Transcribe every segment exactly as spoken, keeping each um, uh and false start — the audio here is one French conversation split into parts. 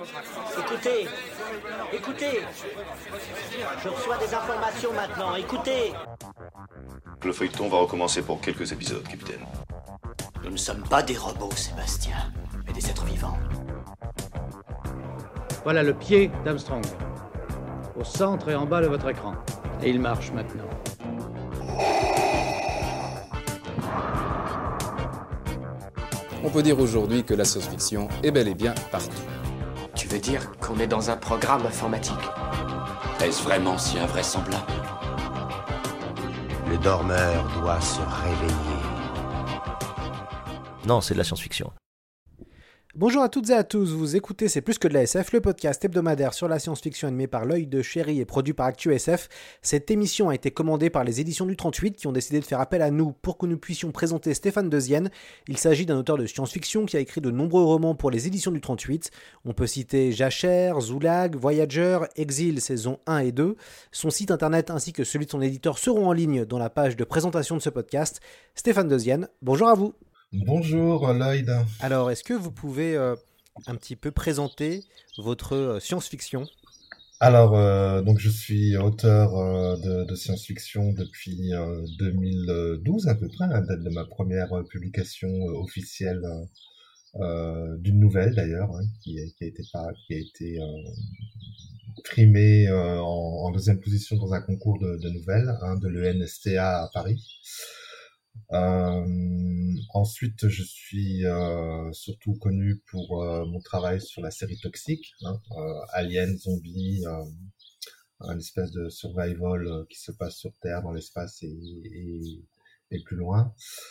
Écoutez, écoutez, je reçois des informations maintenant, écoutez. Le feuilleton va recommencer pour quelques épisodes, capitaine. Nous ne sommes pas des robots, Sébastien, mais des êtres vivants. Voilà le pied d'Armstrong, au centre et en bas de votre écran. Et il marche maintenant. On peut dire aujourd'hui que la science-fiction est bel et bien partout. Tu veux dire qu'on est dans un programme informatique? Est-ce vraiment si invraisemblable? Le dormeur doit se réveiller. Non, c'est de la science-fiction. Bonjour à toutes et à tous, vous écoutez C'est plus que de la S F, le podcast hebdomadaire sur la science-fiction animé par l'œil de Chéri et produit par ActuSF. Cette émission a été commandée par les éditions du trente-huit qui ont décidé de faire appel à nous pour que nous puissions présenter Stéphane Deuzienne. Il s'agit d'un auteur de science-fiction qui a écrit de nombreux romans pour les éditions du trente-huit. On peut citer Jachère, Zoulag, Voyager, Exil saison un et deux. Son site internet ainsi que celui de son éditeur seront en ligne dans la page de présentation de ce podcast. Stéphane Deuzienne, bonjour à vous. Bonjour Lloyd. Alors, est-ce que vous pouvez euh, un petit peu présenter votre euh, science-fiction ? Alors, euh, donc je suis auteur euh, de, de science-fiction depuis euh, deux mille douze à peu près, la date de ma première publication euh, officielle euh, d'une nouvelle d'ailleurs, hein, qui, qui a été, pas, qui a été euh, primée euh, en, en deuxième position dans un concours de, de nouvelles hein, de l'E N S T A à Paris. Euh, ensuite, je suis euh, surtout connu pour euh, mon travail sur la série Toxique, hein, euh, Alien, Zombie, euh, un espèce de survival euh, qui se passe sur Terre, dans l'espace et, et, et plus loin.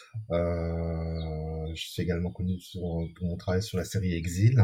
Euh, je suis également connu sur, pour mon travail sur la série Exil.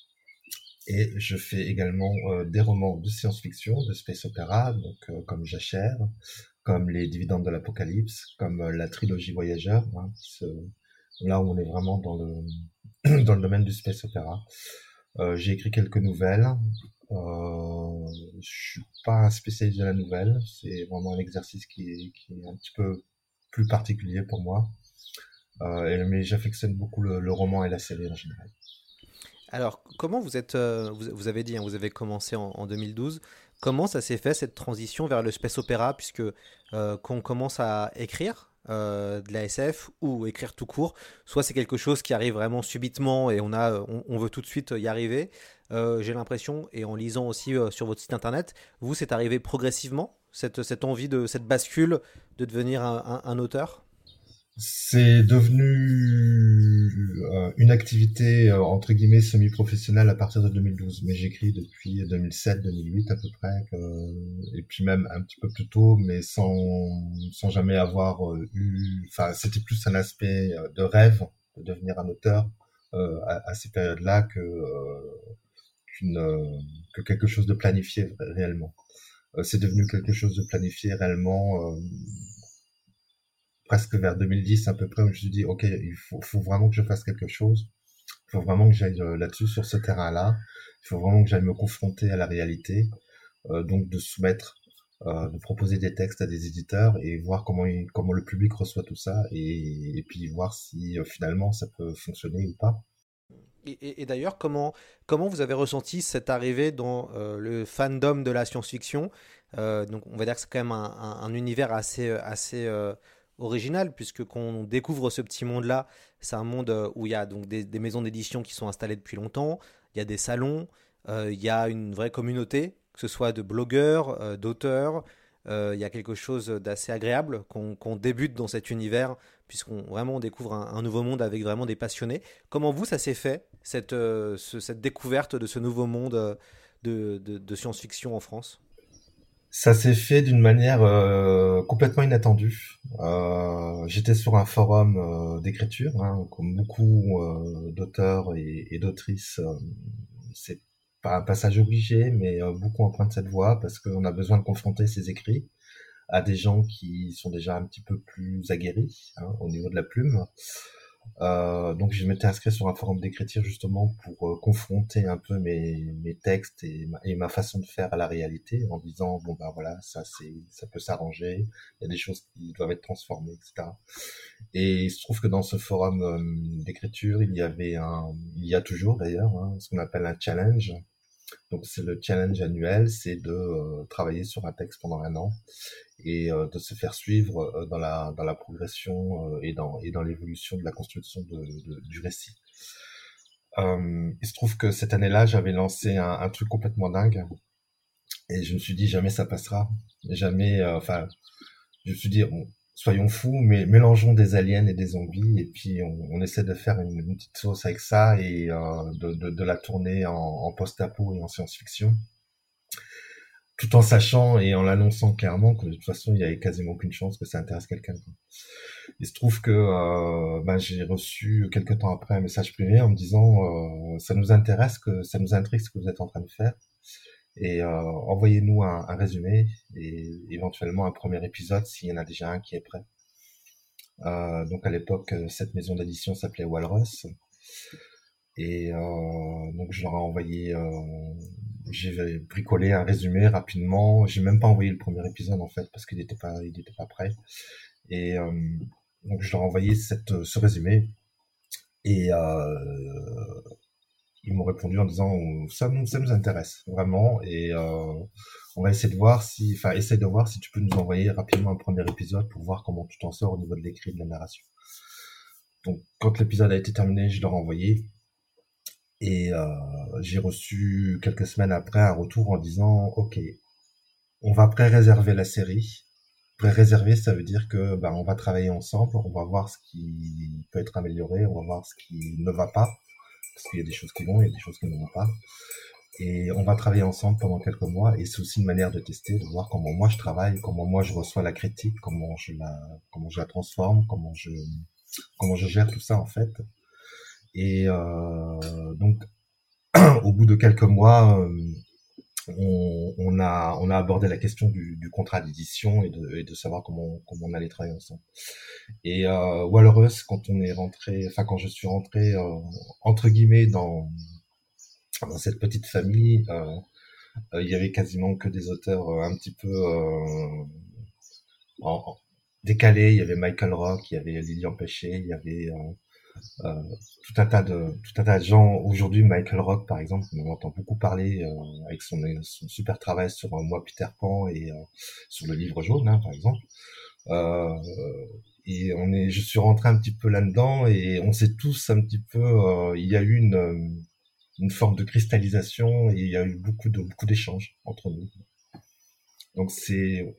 Et je fais également euh, des romans de science-fiction, de space opéra, donc euh, comme Jachère, comme Les Dividendes de l'Apocalypse, comme euh, la trilogie Voyageur, hein, qui se... là où on est vraiment dans le dans le domaine du space opéra. Euh, j'ai écrit quelques nouvelles. Euh, je suis pas un spécialiste de la nouvelle, c'est vraiment un exercice qui est, qui est un petit peu plus particulier pour moi. Euh, mais j'affectionne beaucoup le, le roman et la série en général. Alors, comment vous êtes, euh, vous, vous avez dit, hein, vous avez commencé en, en deux mille douze, comment ça s'est fait cette transition vers le space opéra, puisque euh, quand on commence à écrire euh, de la S F ou écrire tout court, soit c'est quelque chose qui arrive vraiment subitement et on, a, on, on veut tout de suite y arriver, euh, j'ai l'impression, et en lisant aussi euh, sur votre site internet, vous, c'est arrivé progressivement, cette, cette envie, de cette bascule de devenir un, un, un auteur ? C'est devenu euh, une activité euh, entre guillemets semi-professionnelle à partir de deux mille douze, mais j'écris depuis deux mille sept deux mille huit à peu près, que, et puis même un petit peu plus tôt, mais sans sans jamais avoir euh, eu, enfin c'était plus un aspect de rêve de devenir un auteur euh, à, à ces périodes-là que euh, qu'une euh, que quelque chose de planifié réellement. Euh, c'est devenu quelque chose de planifié réellement. Euh, presque vers deux mille dix à peu près, où je me suis dit, ok, il faut, faut vraiment que je fasse quelque chose, il faut vraiment que j'aille là-dessus, sur ce terrain-là, il faut vraiment que j'aille me confronter à la réalité, euh, donc de soumettre, euh, de proposer des textes à des éditeurs et voir comment, il, comment le public reçoit tout ça, et, et puis voir si euh, finalement ça peut fonctionner ou pas. Et, et, et d'ailleurs, comment, comment vous avez ressenti cette arrivée dans euh, le fandom de la science-fiction ? euh, Donc on va dire que c'est quand même un, un, un univers assez... assez euh, original, puisque quand on découvre ce petit monde-là, c'est un monde où il y a donc des, des maisons d'édition qui sont installées depuis longtemps, il y a des salons, euh, il y a une vraie communauté, que ce soit de blogueurs, euh, d'auteurs, euh, il y a quelque chose d'assez agréable qu'on, qu'on débute dans cet univers, puisqu'on vraiment on découvre un, un nouveau monde avec vraiment des passionnés. Comment vous, ça s'est fait, cette, euh, ce, cette découverte de ce nouveau monde de, de, de science-fiction en France ? Ça s'est fait d'une manière euh, complètement inattendue. Euh, j'étais sur un forum euh, d'écriture, hein, comme beaucoup euh, d'auteurs et, et d'autrices. Euh, c'est pas un passage obligé, mais euh, beaucoup empruntent cette voie parce qu'on a besoin de confronter ses écrits à des gens qui sont déjà un petit peu plus aguerris hein, au niveau de la plume. Euh, donc je m'étais inscrit sur un forum d'écriture justement pour euh, confronter un peu mes, mes textes et ma, et ma façon de faire à la réalité en disant bon ben voilà ça c'est ça peut s'arranger, il y a des choses qui doivent être transformées, et cetera. Et il se trouve que dans ce forum euh, d'écriture il y avait un, il y a toujours d'ailleurs hein, ce qu'on appelle un challenge Donc c'est le challenge annuel, c'est de euh, travailler sur un texte pendant un an et euh, de se faire suivre euh, dans la dans la progression euh, et dans et dans l'évolution de la construction de, de- du récit. Euh, il se trouve que cette année-là, j'avais lancé un, un truc complètement dingue et je me suis dit jamais ça passera, jamais. euh, Enfin, je me suis dit bon, soyons fous, mais mélangeons des aliens et des zombies et puis on, on essaie de faire une, une petite sauce avec ça et euh, de, de, de la tourner en, en post-apo et en science-fiction, tout en sachant et en l'annonçant clairement que de toute façon il y avait quasiment aucune chance que ça intéresse quelqu'un, quoi. Il se trouve que euh, ben, j'ai reçu quelques temps après un message privé en me disant euh, ça nous intéresse, que ça nous intrigue ce que vous êtes en train de faire et euh, envoyez-nous un, un résumé et éventuellement un premier épisode s'il y en a déjà un qui est prêt. Euh, donc à l'époque, euh, cette maison d'édition s'appelait Walrus et euh, donc je leur ai envoyé, euh, j'ai bricolé un résumé rapidement. J'ai même pas envoyé le premier épisode en fait parce qu'il n'était pas, il était pas prêt. Et euh, donc je leur ai envoyé cette, ce résumé et euh, ils m'ont répondu en disant ça nous, ça nous intéresse vraiment et euh, on va essayer de voir si, enfin essaye de voir si tu peux nous envoyer rapidement un premier épisode pour voir comment tu t'en sors au niveau de l'écrit, de la narration. Donc quand l'épisode a été terminé, je leur ai envoyé et euh, j'ai reçu quelques semaines après un retour en disant ok, on va pré-réserver la série. Pré-réserver, ça veut dire que ben, on va travailler ensemble, on va voir ce qui peut être amélioré, on va voir ce qui ne va pas, parce qu'il y a des choses qui vont, il y a des choses qui ne vont pas, et on va travailler ensemble pendant quelques mois, et c'est aussi une manière de tester, de voir comment moi je travaille, comment moi je reçois la critique, comment je la, comment je la transforme, comment je, comment je gère tout ça en fait. Et euh, donc, au bout de quelques mois, euh, on, on a on a abordé la question du, du contrat d'édition et de, et de savoir comment comment on allait travailler ensemble. Et euh, Walrus, quand on est rentré, enfin quand je suis rentré euh, entre guillemets dans dans cette petite famille, euh, euh, il y avait quasiment que des auteurs euh, un petit peu euh, en, en- décalés. Il y avait Michael Rock, il y avait Lilian Péché, il y avait euh, euh, tout un tas de tout un tas de gens. Aujourd'hui, Michael Rock, par exemple, on en entend beaucoup parler euh, avec son, son super travail sur euh, Moi Peter Pan et euh, sur le livre jaune, hein, par exemple. Euh, et on est, je suis rentré un petit peu là-dedans et on sait tous un petit peu. Euh, il y a eu une euh, une forme de cristallisation et il y a eu beaucoup de beaucoup d'échanges entre nous. Donc c'est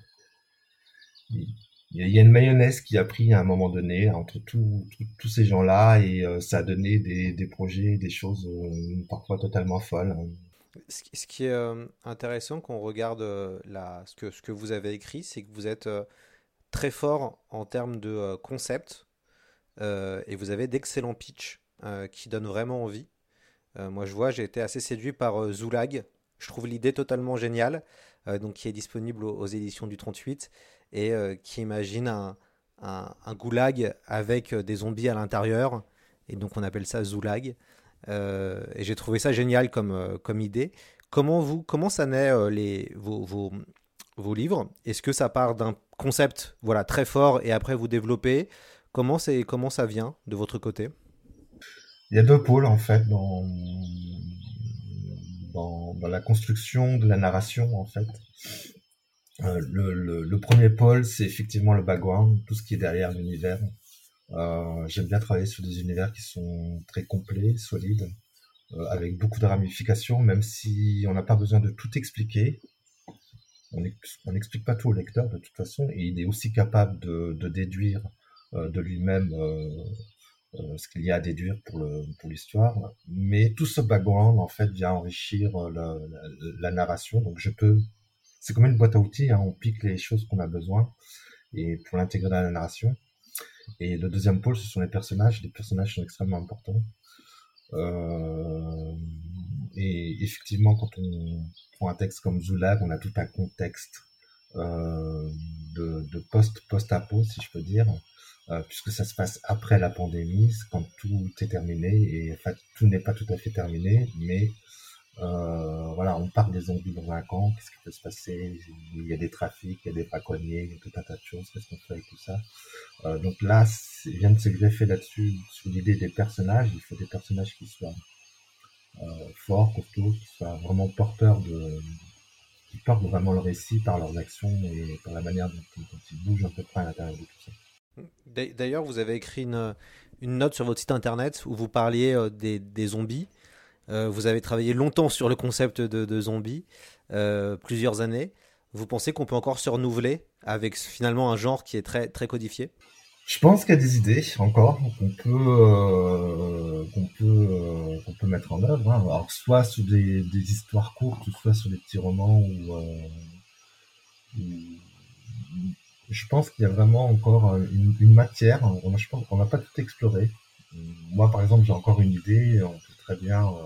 il y a une mayonnaise qui a pris à un moment donné entre tout- tout- tous ces gens-là et euh, ça a donné des, des projets, des choses euh, parfois totalement folles. Ce qui ce qui est euh, intéressant quand on regarde euh, la, ce que, ce que vous avez écrit, c'est que vous êtes euh, très fort en termes de euh, concept euh, et vous avez d'excellents pitchs euh, qui donnent vraiment envie. Euh, moi, je vois, j'ai été assez séduit par euh, Zoulag. Je trouve l'idée totalement géniale, euh, donc qui est disponible aux, aux éditions du trente-huit et euh, qui imagine un, un- un goulag avec euh, des zombies à l'intérieur. Et donc, on appelle ça Zoulag. Euh, et j'ai trouvé ça génial comme, euh, comme idée. Comment vous, comment ça naît euh, les, vos, vos, vos livres? Est-ce que ça part d'un concept voilà, très fort et après vous développez? Comment c'est, comment ça vient de votre côté? Il y a deux pôles en fait dans, dans, dans la construction de la narration en fait. Euh, le, le, le premier pôle, c'est effectivement le background, tout ce qui est derrière l'univers. Euh, j'aime bien travailler sur des univers qui sont très complets, solides, euh, avec beaucoup de ramifications, même si on n'a pas besoin de tout expliquer. On ex- on n'explique pas tout au lecteur de toute façon, et il est aussi capable de, de déduire euh, de lui-même euh, euh, ce qu'il y a à déduire pour le pour l'histoire. Mais tout ce background en fait vient enrichir euh, la, la, la narration. Donc je peux, c'est comme une boîte à outils, hein, on pique les choses qu'on a besoin et pour l'intégrer dans la narration. Et le deuxième pôle, ce sont les personnages. Les personnages sont extrêmement importants. Euh, et effectivement, quand on prend un texte comme Zoulag, on a tout un contexte euh, de, de post post-apo, si je peux dire, euh, puisque ça se passe après la pandémie, c'est quand tout est terminé. Et en fait, tout n'est pas tout à fait terminé, mais euh, voilà, on part des zombies dans un camp. Qu'est-ce qui peut se passer? Il y a des trafics, il y a des braconniers, il y a tout un tas de choses. Qu'est-ce qu'on fait avec tout ça? Euh, donc là, c'est- vient de se greffer là-dessus, sur l'idée des personnages. Il faut des personnages qui soient euh, forts, costauds, qui soient vraiment porteurs de, qui portent vraiment le récit par leurs actions et par la manière dont, dont ils bougent à peu près à l'intérieur de tout ça. D'ailleurs, vous avez écrit une, une note sur votre site internet où vous parliez euh, des, des zombies. Euh, vous avez travaillé longtemps sur le concept de, de zombies, euh, plusieurs années. Vous pensez qu'on peut encore se renouveler avec finalement un genre qui est très, très codifié? Je pense qu'il y a des idées encore qu'on peut euh, qu'on peut euh, qu'on peut mettre en œuvre. Hein. Alors soit sur des, des histoires courtes, soit sur des petits romans où, euh, où je pense qu'il y a vraiment encore une, une matière. On, je pense qu'on n'a pas tout exploré. Moi, par exemple, j'ai encore une idée. On peut très bien euh,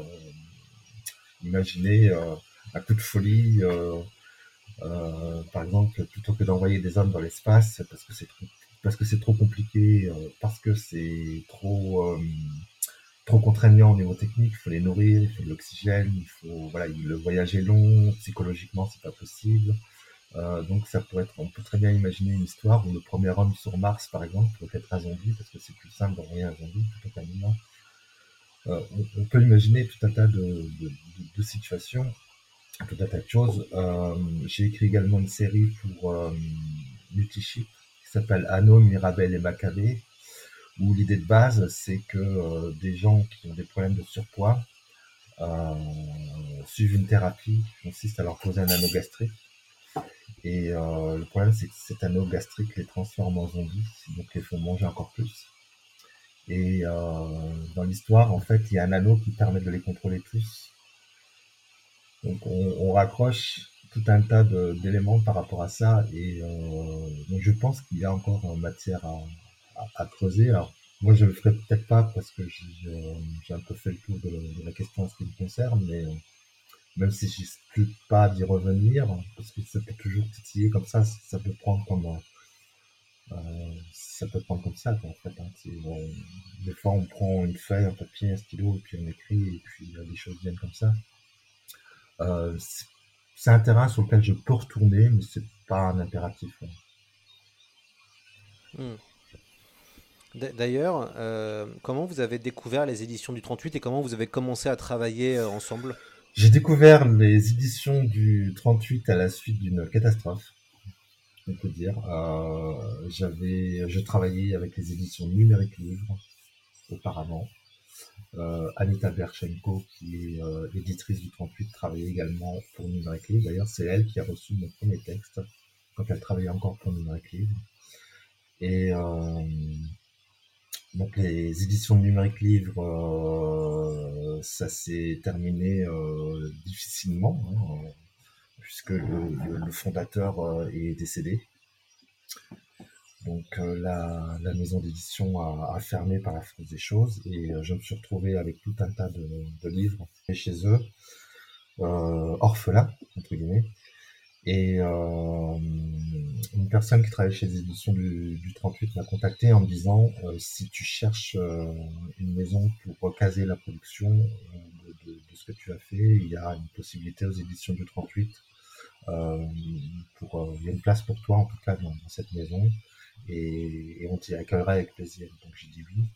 imaginer euh, un coup de folie. Euh, euh, par exemple, plutôt que d'envoyer des hommes dans l'espace, parce que c'est trop, parce que c'est trop compliqué, euh, parce que c'est trop euh, trop contraignant au niveau technique. Il faut les nourrir, il faut de l'oxygène, il faut voilà, le voyage est long, psychologiquement c'est pas possible. Euh, donc ça pourrait être, on peut très bien imaginer une histoire où le premier homme sur Mars, par exemple, pourrait être un zombie, parce que c'est plus simple d'envoyer un zombie plutôt qu'un humain. Euh, on, on peut imaginer tout un tas de, de, de, de situations, tout un tas de choses. Euh, j'ai écrit également une série pour euh, Multiship qui s'appelle Anno, Mirabel et Maccabée, où l'idée de base, c'est que euh, des gens qui ont des problèmes de surpoids euh, suivent une thérapie qui consiste à leur poser un anneau gastrique. Et euh, le problème, c'est que cet anneau gastrique les transforme en zombies, donc les font manger encore plus. Et euh, dans l'histoire, en fait, il y a un anneau qui permet de les contrôler plus. Donc on, on raccroche tout un tas de, d'éléments par rapport à ça. Et euh, donc je pense qu'il y a encore matière à, à, à creuser. Alors moi, je le ferai peut-être pas parce que j'ai, j'ai un peu fait le tour de, de la question en ce qui me concerne, mais même si j'exclus pas d'y revenir, parce que ça peut toujours titiller comme ça, ça peut prendre comme euh, ça peut prendre comme ça quoi, en fait. Hein. C'est, bon, des fois on prend une feuille, un papier, un stylo, et puis on écrit, et puis euh, les choses viennent comme ça. Euh, c'est, c'est un terrain sur lequel je peux retourner, mais c'est pas un impératif. Hein. Hmm. D'ailleurs, euh, comment vous avez découvert les éditions du trente-huit et comment vous avez commencé à travailler euh, ensemble? J'ai découvert les éditions du trente-huit à la suite d'une catastrophe, on peut dire. Euh, j'avais, je travaillais avec les éditions Numérique Livre auparavant. Euh, Anita Berchenko, qui est euh, éditrice du trente-huit, travaillait également pour Numérique Livre. D'ailleurs, c'est elle qui a reçu mon premier texte quand elle travaillait encore pour Numérique Livre. Et euh, donc les éditions de Numérique Livre, euh, ça s'est terminé euh, difficilement, hein, puisque le, le, le fondateur euh, est décédé. Donc euh, la, la maison d'édition a, a fermé par la force des choses et euh, je me suis retrouvé avec tout un tas de, de livres chez eux, euh, orphelins, entre guillemets. Et euh, une personne qui travaille chez les éditions du, du trente-huit m'a contacté en me disant euh, si tu cherches euh, une maison pour recaser la production euh, de, de, de ce que tu as fait, il y a une possibilité aux éditions du trente-huit. Euh, pour, euh, il y a une place pour toi en tout cas dans, dans cette maison et, et on t'y accueillera avec plaisir. Donc j'ai dit oui.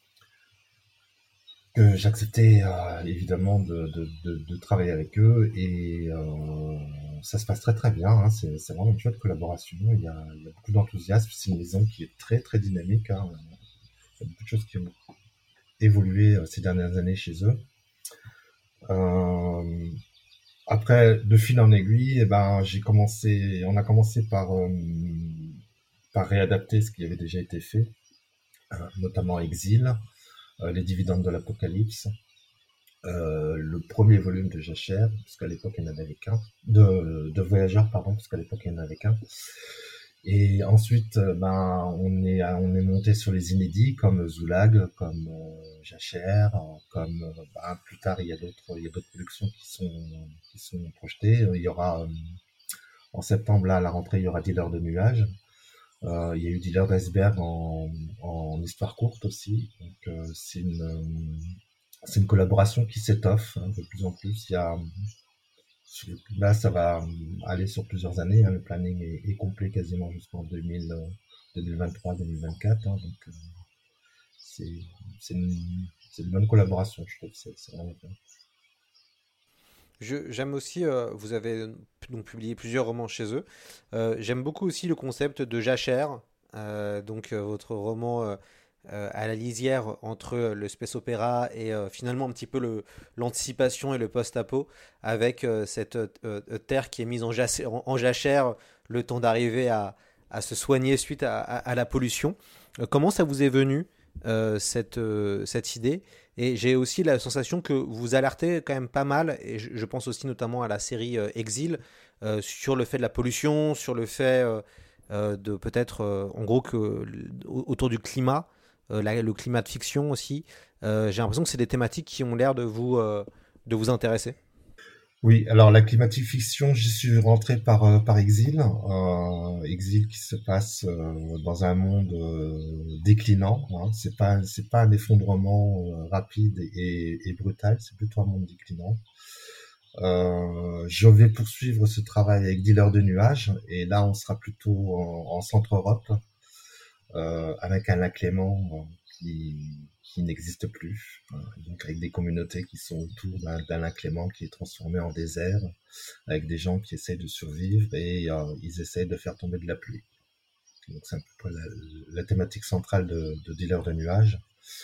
Que j'acceptais euh, évidemment de, de, de, de travailler avec eux et euh, ça se passe très très bien, hein. c'est, c'est vraiment une chouette collaboration, il y a, il y a beaucoup d'enthousiasme, c'est une maison qui est très très dynamique, hein. Il y a beaucoup de choses qui ont évolué euh, ces dernières années chez eux. Euh, après, de fil en aiguille, eh ben, j'ai commencé, on a commencé par, euh, par réadapter ce qui avait déjà été fait, euh, notamment Exil, euh, Les dividendes de l'Apocalypse, euh, le premier volume de Jachère, parce qu'à l'époque il n'y en avait qu'un, de, de Voyageurs, pardon, parce qu'à l'époque il n'y en avait qu'un. Et ensuite, ben, on est, on est monté sur les inédits, comme Zoulag, comme euh, Jachère, comme, euh, ben, plus tard, il y a d'autres, il y a d'autres productions qui sont, qui sont projetées. Il y aura, euh, en septembre, là, à la rentrée, il y aura Dealer de nuages. Euh, il y a eu Dealer d'iceberg en, en histoire courte aussi. Donc, euh, c'est une, euh, c'est une collaboration qui s'étoffe hein, de plus en plus. Il y a, là, ça va aller sur plusieurs années. Hein, le planning est, est complet quasiment jusqu'en deux mille, deux mille vingt-trois deux mille vingt-quatre. Hein, donc, euh, c'est, c'est, une, c'est une bonne collaboration, je trouve. C'est, c'est vraiment bien. Je, j'aime aussi, euh, vous avez donc publié plusieurs romans chez eux. Euh, j'aime beaucoup aussi le concept de jachère, euh, donc euh, votre roman euh, euh, à la lisière entre le space opéra et euh, finalement un petit peu le, l'anticipation et le post-apo, avec euh, cette euh, euh, terre qui est mise en, jac- en, en jachère, le temps d'arriver à, à se soigner suite à, à- à la pollution. Euh, comment ça vous est venu euh, cette, euh, cette idée? Et j'ai aussi la sensation que vous alertez quand même pas mal, et je, je pense aussi notamment à la série euh, Exil, euh, sur le fait de la pollution, sur le fait euh, euh, de peut-être, euh, en gros, que l- au- autour du climat, euh, la- le climat de fiction aussi. Euh, j'ai l'impression que c'est des thématiques qui ont l'air de vous, euh, de vous intéresser. Oui, alors la climatique fiction, j'y suis rentré par euh, par Exil, euh, Exil qui se passe euh, dans un monde euh, déclinant. Hein. C'est pas c'est pas un effondrement euh, rapide et, et brutal, c'est plutôt un monde déclinant. Euh, je vais poursuivre ce travail avec Dealer de nuages, et là on sera plutôt en, en Centre-Europe, euh, avec un lac Léman euh, qui, qui n'existe plus, euh, donc avec des communautés qui sont autour d'un, d'un lac Léman qui est transformé en désert, avec des gens qui essayent de survivre et euh, ils essayent de faire tomber de la pluie. Donc c'est un peu la, la thématique centrale de, de Dealer de nuages.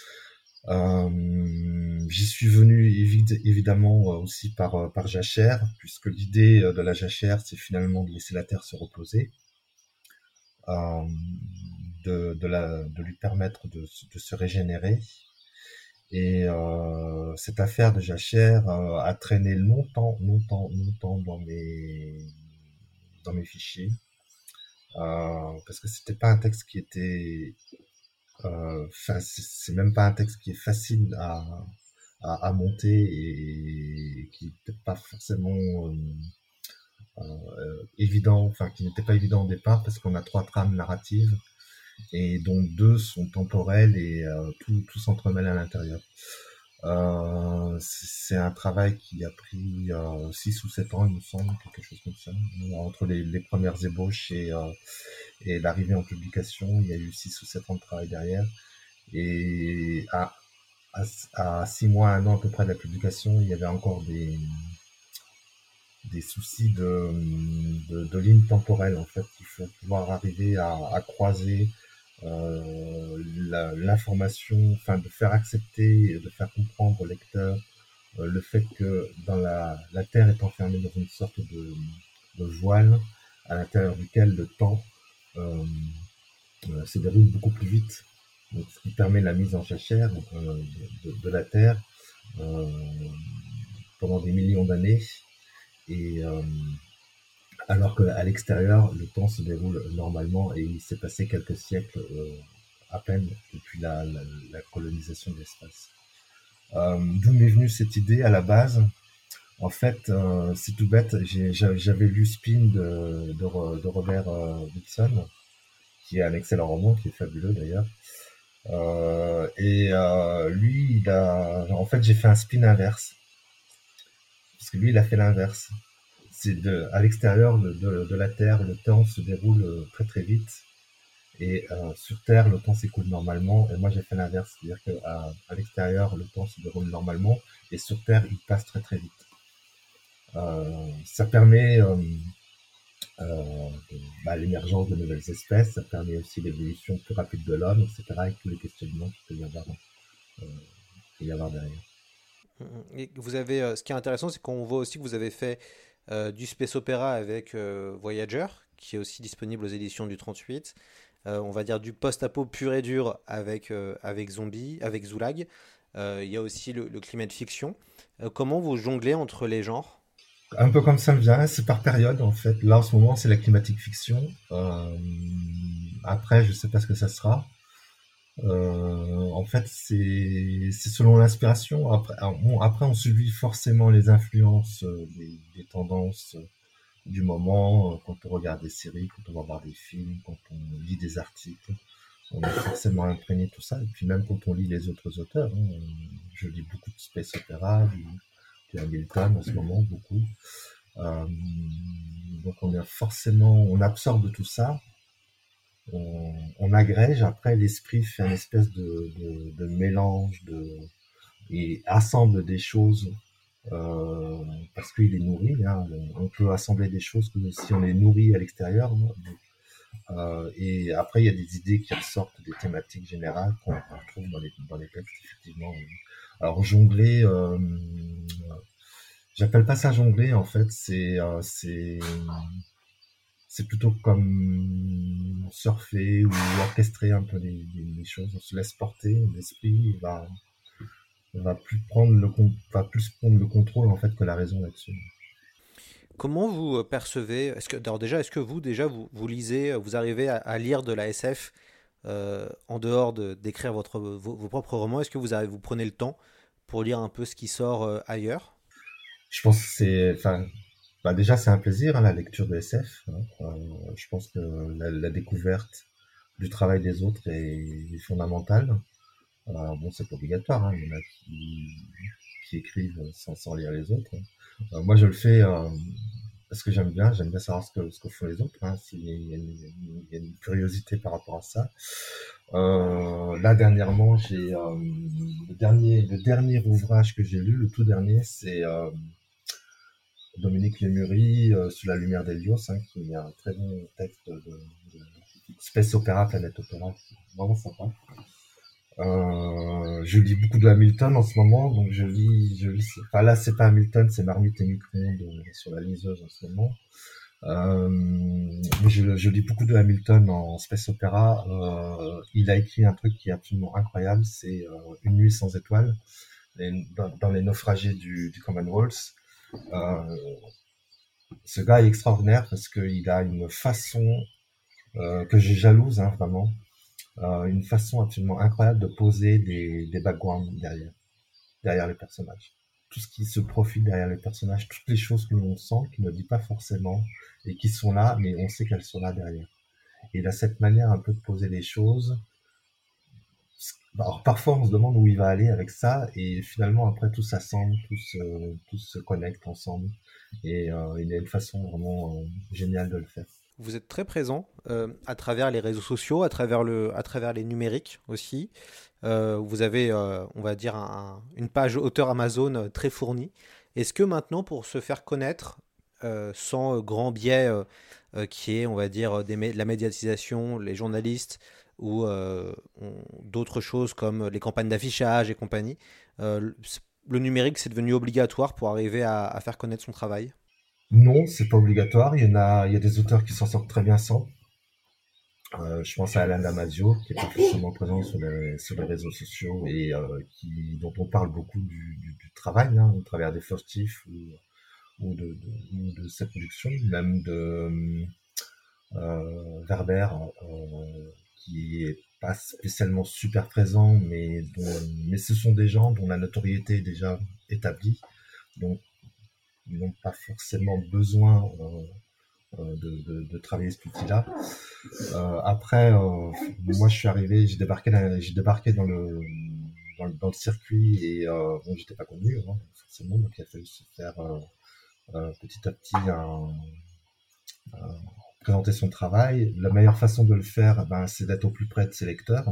Euh, j'y suis venu évid- évidemment euh, aussi par, euh, par jachère, puisque l'idée euh, de la jachère, c'est finalement de laisser la Terre se reposer, euh, de, de, la, de lui permettre de, se- de se régénérer. Et euh, cette affaire de jachère euh, a traîné longtemps, longtemps, longtemps dans mes, dans mes fichiers, euh, parce que c'était pas un texte qui était, euh, fa- c'est c'est même pas un texte qui est facile à, à, à monter et qui n'était pas forcément euh, euh, évident, enfin qui n'était pas évident au départ parce qu'on a trois trames narratives et dont deux sont temporelles et euh, tout, tout s'entremêle à l'intérieur. Euh, c'est c'est un travail qui a pris euh, six ou sept ans, il me semble, quelque chose comme ça. Entre les, les premières ébauches et, euh, et l'arrivée en publication, il y a eu six ou sept ans de travail derrière. Et à, à, à six mois, un an à peu près de la publication, il y avait encore des, des soucis de, de, de ligne temporelle, en fait. Il faut pouvoir arriver à, à croiser euh, la, l'information, enfin de faire accepter et de faire comprendre au lecteur euh, le fait que dans la, la Terre est enfermée dans une sorte de, de voile à l'intérieur duquel le temps euh, euh, se déroule beaucoup plus vite. Donc, ce qui permet la mise en jachère euh, de, de la Terre euh, pendant des millions d'années, et euh, alors qu'à l'extérieur, le temps se déroule normalement et il s'est passé quelques siècles euh, à peine depuis la, la, la colonisation de l'espace. Euh, d'où m'est venue cette idée à la base? En fait, euh, c'est tout bête, j'ai, j'avais lu Spin de, de, de Robert euh, Wilson, qui est un excellent roman, qui est fabuleux d'ailleurs. Euh, et euh, lui, il a, en fait, j'ai fait un spin inverse, parce que lui, il a fait l'inverse. C'est de, à l'extérieur de, de, de la Terre, le temps se déroule très très vite, et euh, sur Terre, le temps s'écoule normalement. Et moi, j'ai fait l'inverse, c'est-à-dire qu'à à l'extérieur, le temps se déroule normalement, et sur Terre, il passe très très vite. Euh, ça permet euh, euh, bah, l'émergence de nouvelles espèces, ça permet aussi l'évolution plus rapide de l'homme, et cetera, avec tous les questionnements qu'il peut y avoir, euh, qu'il peut y avoir derrière. Et vous avez, euh, ce qui est intéressant, c'est qu'on voit aussi que vous avez fait euh, du space opéra avec euh, Voyager, qui est aussi disponible aux éditions du trente-huit. Euh, on va dire du post-apo pur et dur avec, euh, avec Zombie, avec Zoulag. Euh, il y a aussi le, le climat de fiction. Euh, comment vous jonglez entre les genres? Un peu comme ça me vient, c'est par période en fait. Là en ce moment c'est la climatique fiction. Euh, après je sais pas ce que ça sera. Euh, en fait c'est c'est selon l'inspiration. Après on, après on subit forcément les influences, euh, des, des tendances euh, du moment. Euh, quand on regarde des séries, quand on va voir des films, quand on lit des articles, on est forcément imprégné de tout ça. Et puis même quand on lit les autres auteurs, hein, je lis beaucoup de space opéra, du, du Hamilton en ce moment beaucoup. Euh, donc on est forcément, on absorbe tout ça, on, on agrège. Après l'esprit fait une espèce de, de, de mélange de, et assemble des choses euh, parce qu'il est nourri. Hein. On peut assembler des choses que si on les nourrit à l'extérieur. Hein. Euh, et après, il y a des idées qui ressortent, des thématiques générales qu'on retrouve dans les, dans les textes, effectivement. Alors, jongler, euh, j'appelle pas ça jongler, en fait, c'est, euh, c'est, c'est plutôt comme surfer ou orchestrer un peu les, les, les choses. On se laisse porter, l'esprit va, va plus prendre le, va plus prendre le contrôle, en fait, que la raison là-dessus. Comment vous percevez, est-ce que, alors déjà, est-ce que vous, déjà, vous, vous lisez, vous arrivez à, à lire de la S F euh, en dehors de, d'écrire votre, vos, vos propres romans? Est-ce que vous, avez, vous prenez le temps pour lire un peu ce qui sort euh, ailleurs? Je pense que c'est, enfin, bah déjà, c'est un plaisir, hein, la lecture de S F. Hein. Euh, je pense que la, la découverte du travail des autres est, est fondamentale. Euh, bon, c'est pas obligatoire, hein, il y en a qui, qui écrivent sans, sans lire les autres. Hein. Euh, moi, je le fais euh, parce que j'aime bien, j'aime bien savoir ce que, ce que font les autres. Hein, s'il y a, il y a une, il y a une curiosité par rapport à ça. Euh, là, dernièrement, j'ai euh, le dernier, le dernier ouvrage que j'ai lu, le tout dernier, c'est euh, Dominique Lemury, euh, Sous la lumière d'Hélios, hein, qui est un très bon texte de, de, de Space Opera, Planète Opéra, qui est vraiment sympa. Euh, je lis beaucoup de Hamilton en ce moment, donc je lis, je lis, enfin là c'est pas Hamilton, c'est Marmite et Micro-ondes sur la liseuse en ce moment. Euh, mais je, je lis beaucoup de Hamilton en Space Opera. Euh, il a écrit un truc qui est absolument incroyable, c'est euh, Une nuit sans étoiles, les, dans, dans les naufragés du, du Commonwealth. Euh, ce gars est extraordinaire parce qu'il a une façon euh, que j'ai jalouse, hein, vraiment. Euh, une façon absolument incroyable de poser des, des backgrounds derrière, derrière les personnages. Tout ce qui se profile derrière les personnages, toutes les choses que l'on sent, qu'il ne dit pas forcément, et qui sont là, mais on sait qu'elles sont là derrière. Et il a cette manière un peu de poser les choses. Alors parfois on se demande où il va aller avec ça, et finalement après tout s'assemble, tout se, tout se connecte ensemble, et euh, il y a une façon vraiment euh, géniale de le faire. Vous êtes très présent euh, à travers les réseaux sociaux, à travers, le, à travers les numériques aussi. Euh, vous avez, euh, on va dire, un, une page auteur Amazon très fournie. Est-ce que maintenant, pour se faire connaître, euh, sans grand biais euh, euh, qui est, on va dire, des mé- de la médiatisation, les journalistes ou euh, on, d'autres choses comme les campagnes d'affichage et compagnie, euh, le, le numérique, c'est devenu obligatoire pour arriver à, à faire connaître son travail? Non, c'est pas obligatoire. Il y en a, il y a des auteurs qui s'en sortent très bien sans. Euh, je pense à Alain Damasio, qui est pas forcément présent sur les, sur les réseaux sociaux et euh, qui, dont on parle beaucoup du, du, du travail, hein, au travers des furtifs ou, ou, de, de, ou de sa production, même de euh, Werber, euh, qui est pas spécialement super présent, mais, dont, mais ce sont des gens dont la notoriété est déjà établie, donc ils n'ont pas forcément besoin euh, de, de, de travailler cet outil-là. Euh, après, euh, moi, je suis arrivé, j'ai débarqué, dans, j'ai débarqué dans le dans le, dans le circuit et euh, bon, j'étais pas connu, hein, forcément, donc il a fallu se faire euh, euh, petit à petit un, un, présenter son travail. La meilleure façon de le faire, ben, c'est d'être au plus près de ses lecteurs.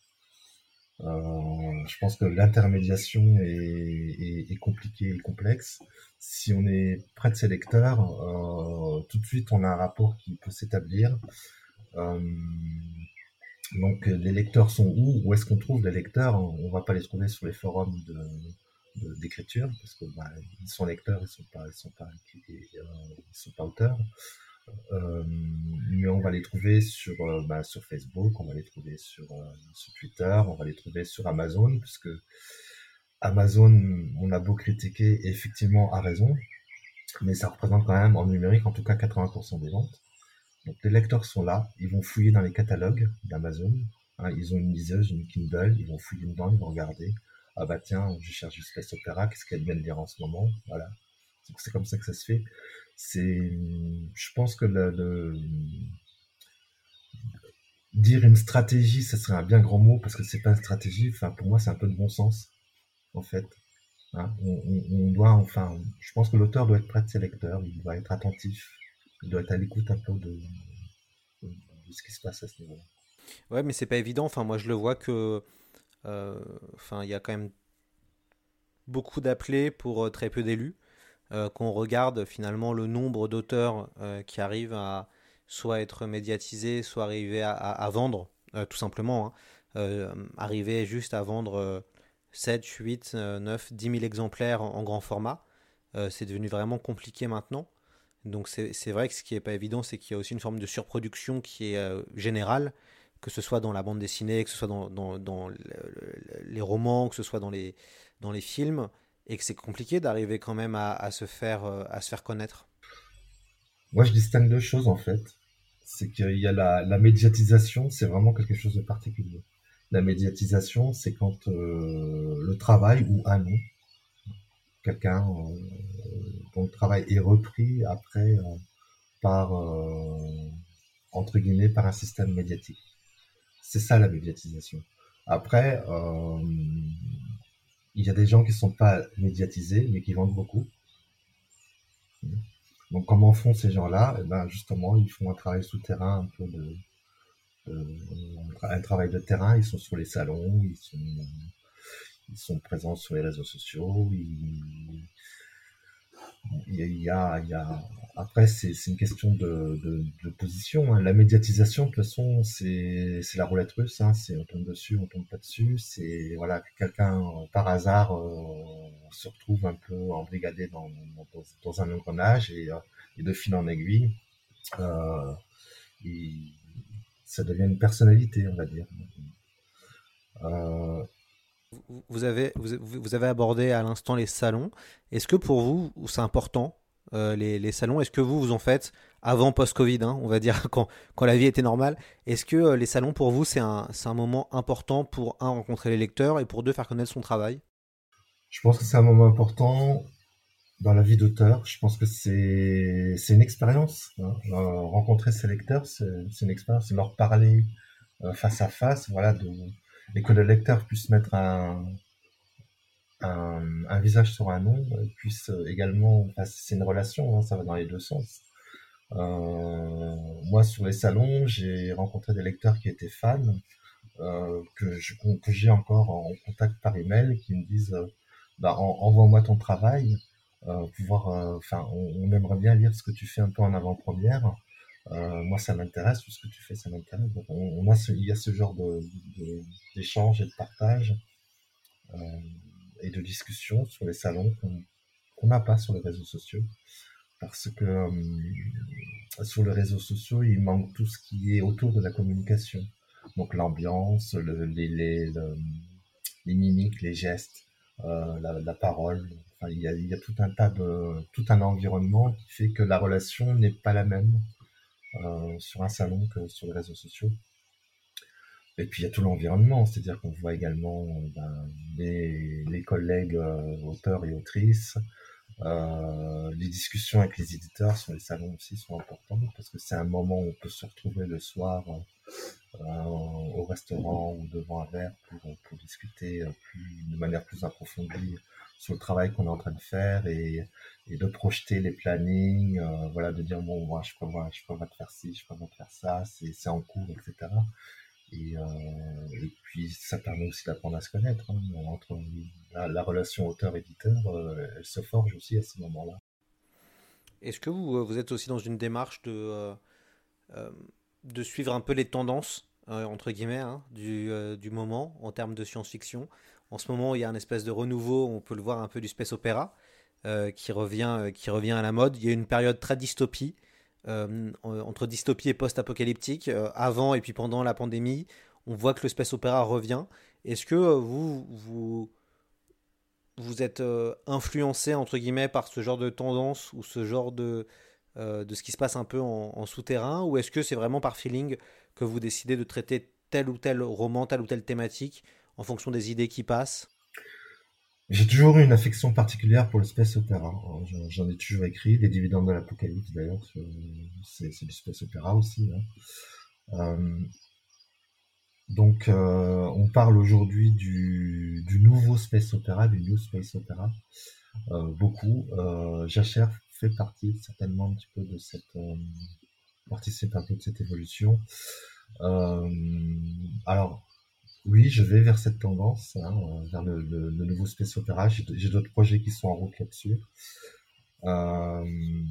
Euh, je pense que l'intermédiation est, est, est compliquée et complexe. Si on est près de ses lecteurs, euh, tout de suite on a un rapport qui peut s'établir. Euh, donc les lecteurs sont où? Où est-ce qu'on trouve les lecteurs? On va pas les trouver sur les forums de, de, d'écriture parce que bah, ils sont lecteurs, ils sont pas, ils sont pas, ils sont pas auteurs. Euh, mais on va les trouver sur, euh, bah, sur Facebook, on va les trouver sur, euh, sur Twitter, on va les trouver sur Amazon, puisque Amazon, on a beau critiquer, et effectivement a raison, mais ça représente quand même en numérique en tout cas quatre-vingts pour cent des ventes. Donc les lecteurs sont là, ils vont fouiller dans les catalogues d'Amazon, hein, ils ont une liseuse, une Kindle, ils vont fouiller dedans, ils vont regarder, ah bah tiens, je cherche du Space Opera, qu'est-ce qu'elle vient de lire en ce moment, voilà. Donc c'est comme ça que ça se fait. C'est, je pense que le, le, dire une stratégie, ça serait un bien grand mot parce que c'est pas une stratégie. Enfin, pour moi, c'est un peu de bon sens, en fait. Hein, on, on, on doit, enfin, je pense que l'auteur doit être près de ses lecteurs, il doit être attentif, il doit être à l'écoute un peu de, de, de ce qui se passe à ce niveau-là. Ouais, mais c'est pas évident. Enfin, moi, je le vois que, euh, enfin, il y a quand même beaucoup d'appelés pour euh, très peu d'élus. euh, qu'on regarde finalement le nombre d'auteurs euh, qui arrivent à soit être médiatisés, soit arriver à, à, à vendre, euh, tout simplement, hein. Euh, arriver juste à vendre euh, sept, huit, neuf, dix mille exemplaires en, en grand format, euh, c'est devenu vraiment compliqué maintenant. Donc c'est, c'est vrai que ce qui n'est pas évident, c'est qu'il y a aussi une forme de surproduction qui est euh, générale, que ce soit dans la bande dessinée, que ce soit dans, dans, dans le, le, les romans, que ce soit dans les, dans les films, et que c'est compliqué d'arriver quand même à, à, se, faire, euh, à se faire connaître. Moi, je distingue deux choses, en fait. C'est qu'il y a la, la médiatisation, c'est vraiment quelque chose de particulier. La médiatisation, c'est quand euh, le travail ou un nom, quelqu'un euh, dont le travail est repris après euh, par, euh, entre guillemets, par un système médiatique. C'est ça la médiatisation. Après, euh, il y a des gens qui ne sont pas médiatisés, mais qui vendent beaucoup. Donc comment font ces gens-là? Eh ben, justement, ils font un travail souterrain, un peu de, de un travail de terrain. Ils sont sur les salons, ils sont, ils sont présents sur les réseaux sociaux. Ils, il y a, il y a, il y a... Après, c'est, c'est une question de, de, de position, hein. La médiatisation, de toute façon, c'est, c'est la roulette russe, hein. C'est on tombe dessus, on tombe pas dessus. C'est voilà, quelqu'un par hasard euh, se retrouve un peu embrigadé dans, dans, dans un engrenage et, euh, et de fil en aiguille, euh, il, ça devient une personnalité, on va dire. Euh, Vous avez, vous, vous avez abordé à l'instant les salons. Est-ce que pour vous, c'est important, euh, les, les salons? Est-ce que vous, vous en faites avant, post-Covid, hein, on va dire, quand, quand la vie était normale? Est-ce que euh, les salons, pour vous, c'est un, c'est un moment important pour, un, rencontrer les lecteurs et pour deux, faire connaître son travail? Je pense que c'est un moment important dans la vie d'auteur. Je pense que c'est, c'est une expérience, hein. Euh, rencontrer ses lecteurs, c'est, c'est une expérience. C'est leur parler euh, face à face, voilà, de... et que le lecteur puisse mettre un, un, un visage sur un nom, puisse également, enfin, c'est une relation, hein, ça va dans les deux sens. Euh, moi, sur les salons, j'ai rencontré des lecteurs qui étaient fans, euh, que, je, que j'ai encore en contact par email, qui me disent, euh, bah, en, envoie-moi ton travail, euh, pouvoir, enfin, euh, on, on aimerait bien lire ce que tu fais un peu en avant-première. Euh, moi, ça m'intéresse, tout ce que tu fais, ça m'intéresse. Donc, on, on a ce, il y a ce genre de, de, d'échange et de partage euh, et de discussion sur les salons qu'on, qu'on n'a pas sur les réseaux sociaux. Parce que euh, sur les réseaux sociaux, il manque tout ce qui est autour de la communication. Donc, l'ambiance, le, les, les, le, les mimiques, les gestes, euh, la, la parole. Enfin, il y a, il y a tout un tas de, tout un environnement qui fait que la relation n'est pas la même Euh, sur un salon que sur les réseaux sociaux. Et puis il y a tout l'environnement, c'est-à-dire qu'on voit également ben, les, les collègues euh, auteurs et autrices. Euh, les discussions avec les éditeurs sur les salons aussi sont importantes parce que c'est un moment où on peut se retrouver le soir euh, au restaurant ou devant un verre pour, pour discuter plus, de manière plus approfondie sur le travail qu'on est en train de faire et, et de projeter les plannings, euh, voilà, de dire bon, moi je prévois, je prévois de faire ci, je prévois de faire ça, c'est, c'est en cours, et cetera. Et, euh, et puis ça permet aussi d'apprendre à se connaître, hein, entre la, la relation auteur-éditeur, euh, elle se forge aussi à ce moment-là. Est-ce que vous, vous êtes aussi dans une démarche de, euh, euh, de suivre un peu les tendances, euh, entre guillemets, hein, du, euh, du moment en termes de science-fiction? En ce moment, il y a un espèce de renouveau, on peut le voir un peu du space opéra, euh, qui, revient, euh, qui revient à la mode. Il y a une période très dystopie, euh, entre dystopie et post-apocalyptique, euh, avant et puis pendant la pandémie. On voit que le space opéra revient. Est-ce que euh, vous, vous, vous êtes euh, influencé, entre guillemets, par ce genre de tendance ou ce genre de, euh, de ce qui se passe un peu en, en souterrain, ou est-ce que c'est vraiment par feeling que vous décidez de traiter tel ou tel roman, telle ou telle thématique en fonction des idées qui passent? J'ai toujours eu une affection particulière pour le space opéra. J'en, j'en ai toujours écrit, Les Dividendes de l'Apocalypse d'ailleurs, c'est, c'est du space opéra aussi, hein. Euh, donc euh, on parle aujourd'hui du, du nouveau space opéra, du new space opéra, euh, beaucoup. Euh, Jachère fait partie certainement un petit peu de cette, euh, participe un peu de cette évolution. Euh, alors oui, je vais vers cette tendance, hein, vers le, le, le nouveau space opéra. J'ai, j'ai d'autres projets qui sont en route là-dessus. Euh,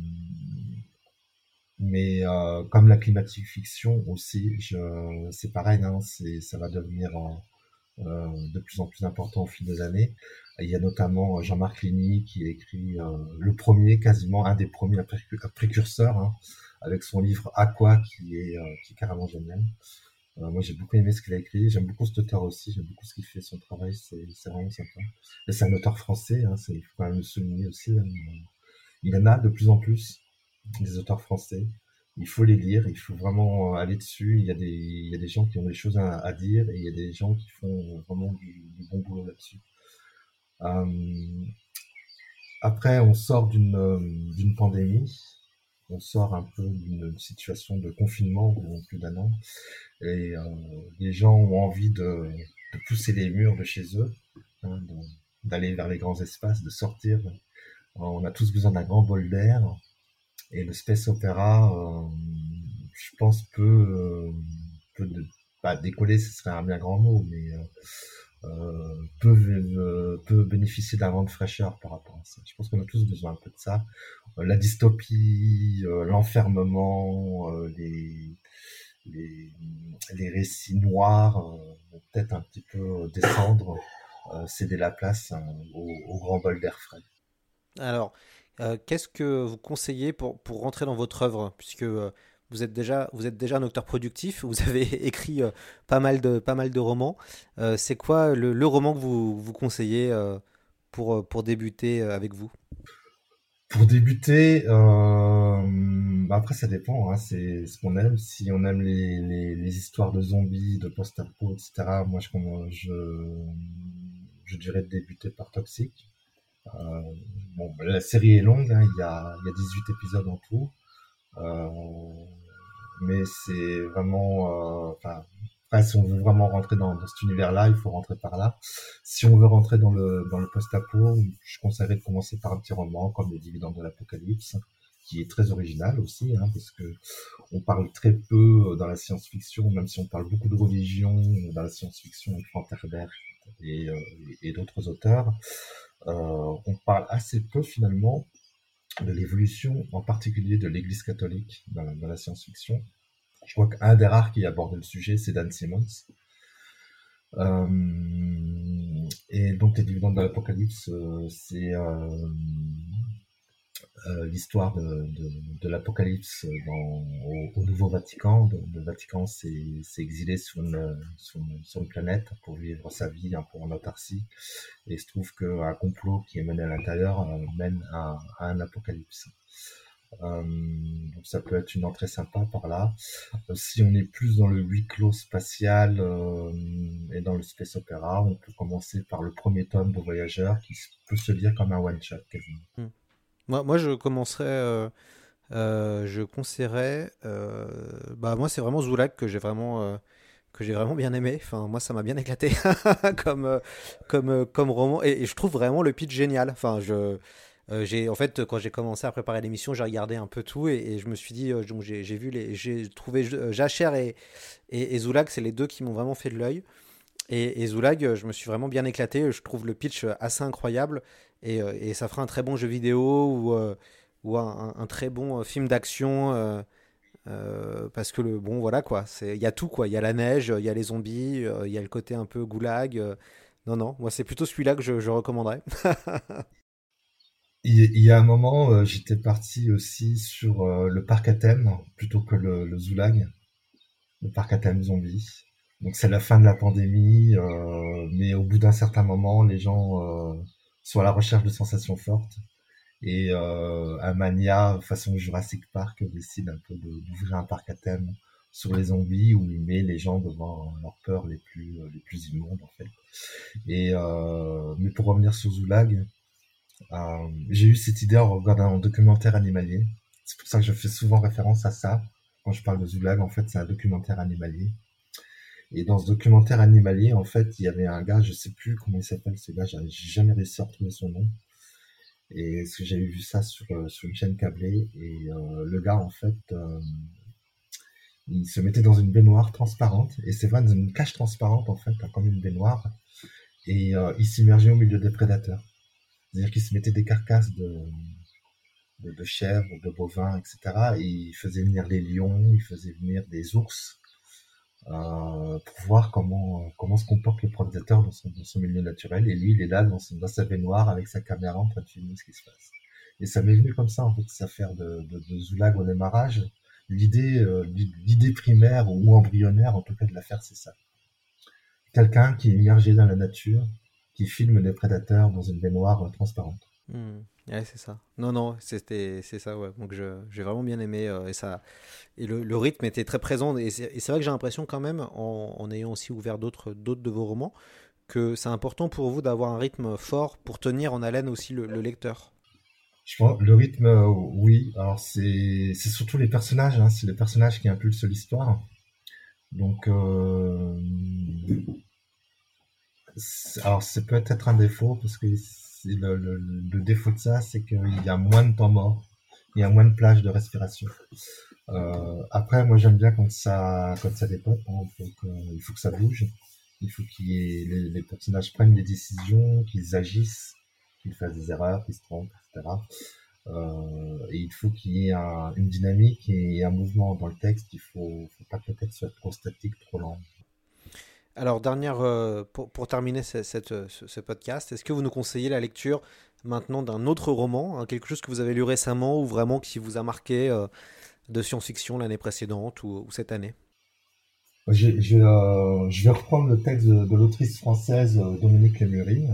mais euh, comme la climatique fiction aussi, je, c'est pareil, hein, c'est, ça va devenir euh, euh, de plus en plus important au fil des années. Il y a notamment Jean-Marc Ligny qui a écrit euh, le premier, quasiment un des premiers précurseurs, hein, avec son livre Aqua qui est, euh, qui est carrément génial. Euh, moi, j'ai beaucoup aimé ce qu'il a écrit. J'aime beaucoup cet auteur aussi. J'aime beaucoup ce qu'il fait, son travail. C'est, c'est vraiment sympa. Et c'est un auteur français. Hein, c'est, il faut quand même le souligner aussi. Hein. Il y en a de plus en plus, des auteurs français. Il faut les lire. Il faut vraiment aller dessus. Il y a des, il y a des gens qui ont des choses à, à dire et il y a des gens qui font vraiment du, du bon boulot là-dessus. Euh, après, on sort d'une, d'une pandémie. On sort un peu d'une situation de confinement pendant plus d'un an. Et euh, les gens ont envie de, de pousser les murs de chez eux, hein, de, d'aller vers les grands espaces, de sortir. On a tous besoin d'un grand bol d'air. Et le space opéra, euh, je pense, peut, euh, peut de, bah, décoller, ce serait un bien grand mot, mais euh, euh, peut, euh, peut bénéficier d'un vent de fraîcheur par rapport à ça. Je pense qu'on a tous besoin un peu de ça. Euh, la dystopie, euh, l'enfermement, euh, les... Les, les récits noirs euh, vont peut-être un petit peu descendre, euh, céder la place hein, au, au grand bol d'air frais. Alors, euh, qu'est-ce que vous conseillez pour, pour rentrer dans votre œuvre, puisque euh, vous êtes déjà, vous êtes déjà un auteur productif, vous avez écrit euh, pas mal de, pas mal de romans. Euh, c'est quoi le, le roman que vous, vous conseillez euh, pour, pour débuter euh, avec vous? Pour débuter, euh, bah après ça dépend, hein, c'est ce qu'on aime. Si on aime les, les, les histoires de zombies, de post-apo, et cetera, moi je, je, je dirais de débuter par Toxic. Euh, bon, la série est longue, hein, il y a, il y a dix-huit épisodes en tout. Euh, mais c'est vraiment... Euh, enfin, Enfin, si on veut vraiment rentrer dans, dans cet univers-là, il faut rentrer par là. Si on veut rentrer dans le, dans le post-apo, je conseillerais de commencer par un petit roman comme Les Dividendes de l'Apocalypse, qui est très original aussi, hein, parce que on parle très peu dans la science-fiction, même si on parle beaucoup de religion dans la science-fiction avec Frank Herbert et, euh, et d'autres auteurs. Euh, on parle assez peu finalement de l'évolution, en particulier de l'Église catholique dans la, dans la science-fiction. Je crois qu'un des rares qui a abordé le sujet, c'est Dan Simmons. Euh, et donc, Les Dividendes de l'Apocalypse, euh, c'est euh, euh, l'histoire de, de, de l'Apocalypse dans, au, au Nouveau Vatican. Le, le Vatican s'est, s'est exilé sur une, sur, une, sur une planète pour vivre sa vie un peu en autarcie. Et il se trouve qu'un complot qui est mené à l'intérieur euh, mène à, à un apocalypse. Euh, donc ça peut être une entrée sympa par là. Euh, si on est plus dans le huis clos spatial euh, et dans le space opéra, on peut commencer par le premier tome de Voyageurs qui peut se lire comme un one shot quasiment. Hmm. Moi, moi, je commencerais, euh, euh, je conseillerais. Euh, bah moi, c'est vraiment Zoulac que j'ai vraiment, euh, que j'ai vraiment bien aimé. Enfin, moi, ça m'a bien éclaté comme, euh, comme, euh, comme roman, et, et je trouve vraiment le pitch génial. Enfin, je Euh, j'ai, en fait, quand j'ai commencé à préparer l'émission, j'ai regardé un peu tout et, et je me suis dit, euh, donc j'ai, j'ai vu les, j'ai trouvé euh, Jachère et, et, et Zoulag, c'est les deux qui m'ont vraiment fait de l'œil. Et, et Zoulag, euh, je me suis vraiment bien éclaté. Je trouve le pitch euh, assez incroyable et, euh, et ça fera un très bon jeu vidéo ou, euh, ou un, un très bon euh, film d'action. Euh, euh, parce que le bon, voilà quoi, c'est, il y a tout quoi. Il y a la neige, il y a les zombies, euh, il y a le côté un peu goulag. euh. non, non, moi c'est plutôt celui-là que je, je recommanderais. Il il y a un moment, euh, j'étais parti aussi sur euh, le parc à thème plutôt que le, le Zoulag, le parc à thème zombie. Donc c'est la fin de la pandémie, euh, mais au bout d'un certain moment, les gens euh, sont à la recherche de sensations fortes. Et euh, un mania façon Jurassic Park décide un peu de- d'ouvrir un parc à thème sur les zombies où il met les gens devant leurs peurs les plus les plus immondes en fait. Et euh, mais pour revenir sur Zoulag, euh, j'ai eu cette idée en regardant un documentaire animalier. C'est pour ça que je fais souvent référence à ça quand je parle de Zoulag. En fait, c'est un documentaire animalier. Et dans ce documentaire animalier, en fait, il y avait un gars, je sais plus comment il s'appelle ce gars, j'ai j'ai jamais réussi à retrouver son nom. Et parce que j'avais vu ça sur, euh, sur une chaîne câblée. Et euh, le gars, en fait, euh, il se mettait dans une baignoire transparente. Et c'est vrai, dans une cage transparente, en fait, comme une baignoire. Et euh, il s'immergeait au milieu des prédateurs. C'est-à-dire qu'il se mettait des carcasses de, de, de chèvres, de bovins, et cetera. Et il faisait venir les lions, il faisait venir des ours euh, pour voir comment comment se comporte le prédateur dans son, dans son milieu naturel. Et lui, il est là dans, son, dans sa baignoire avec sa caméra en train de filmer ce qui se passe. Et ça m'est venu comme ça, en fait, cette affaire de, de, de Zoulag au démarrage. L'idée, euh, l'idée primaire ou embryonnaire, en tout cas, de l'affaire, c'est ça. Quelqu'un qui est immergé dans la nature, qui filme des prédateurs dans une baignoire euh, transparente. Mmh. Ouais, c'est ça. Non, non, c'était, c'est ça, ouais. Donc, je, j'ai vraiment bien aimé. Euh, et ça, et le, le rythme était très présent. Et c'est, et c'est vrai que j'ai l'impression, quand même, en, en ayant aussi ouvert d'autres, d'autres de vos romans, que c'est important pour vous d'avoir un rythme fort pour tenir en haleine aussi le, le lecteur. Je pense, le rythme, euh, oui. Alors, c'est, c'est surtout les personnages, hein. C'est les personnages qui impulsent l'histoire. Donc, euh, alors, c'est peut-être un défaut, parce que c'est le, le, le défaut de ça, c'est qu'il y a moins de temps mort, il y a moins de plages de respiration. Euh, après, moi, j'aime bien quand ça, quand ça dépote, hein. Donc, euh, il faut que ça bouge, il faut qu'il y ait, les, les personnages prennent des décisions, qu'ils agissent, qu'ils fassent des erreurs, qu'ils se trompent, et cetera. Euh, et il faut qu'il y ait un, une dynamique et un mouvement dans le texte. Il faut, faut pas que le texte soit trop statique, trop lent. Alors, dernière, euh, pour, pour terminer ce, cette, ce, ce podcast, est-ce que vous nous conseillez la lecture maintenant d'un autre roman, hein, quelque chose que vous avez lu récemment ou vraiment qui vous a marqué euh, de science-fiction l'année précédente ou, ou cette année? J'ai, j'ai, euh, je vais reprendre le texte de, de l'autrice française Dominique Lémury.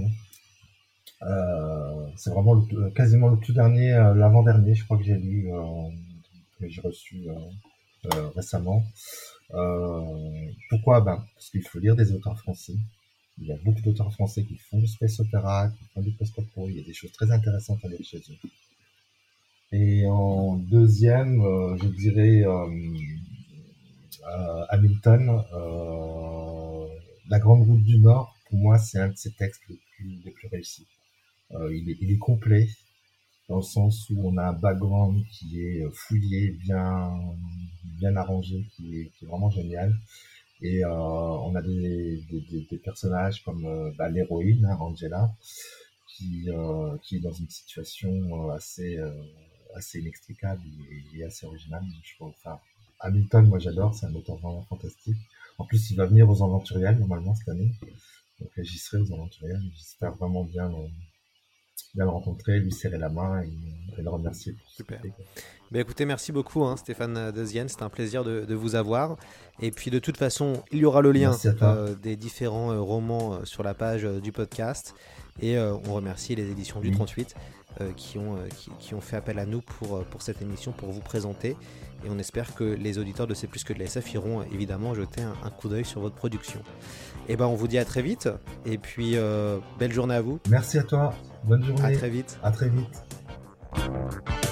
Euh, c'est vraiment le, quasiment le tout dernier, euh, l'avant-dernier, je crois que j'ai lu, euh, que j'ai reçu euh, euh, récemment. Euh, pourquoi? Ben, parce qu'il faut lire des auteurs français. Il y a beaucoup d'auteurs français qui font du space opéra, qui font du post-apo. Il y a des choses très intéressantes à lire chez eux. Et en deuxième, euh, je dirais euh, euh, Hamilton, euh, La Grande Route du Nord. Pour moi, c'est un de ses textes les plus, les plus réussis. Euh, il, est, il est complet dans le sens où on a un background qui est fouillé, bien, bien arrangé, qui est, qui est vraiment génial. Et euh, on a des, des, des, des personnages comme euh, bah, l'héroïne, hein, Angela, qui, euh, qui est dans une situation assez, euh, assez inextricable et, et assez originale. Je trouve, enfin, Hamilton, moi j'adore, c'est un auteur vraiment fantastique. En plus, il va venir aux Aventuriales normalement cette année. Donc j'y serai aux Aventuriales. J'espère vraiment bien, euh, bien le rencontrer, lui serrer la main et, et le remercier. Super. Ben écoutez, merci beaucoup hein, Stéphane Dezienne, c'était un plaisir de, de vous avoir. Et puis de toute façon, il y aura le lien euh, des différents euh, romans euh, sur la page euh, du podcast. Et euh, on remercie les éditions du trente-huit euh, qui, ont, euh, qui, qui ont fait appel à nous pour, pour cette émission, pour vous présenter. Et on espère que les auditeurs de C'est plus que de la S F iront évidemment jeter un, un coup d'œil sur votre production. Et ben on vous dit à très vite. Et puis euh, belle journée à vous. Merci à toi. Bonne journée. À très vite. À très vite.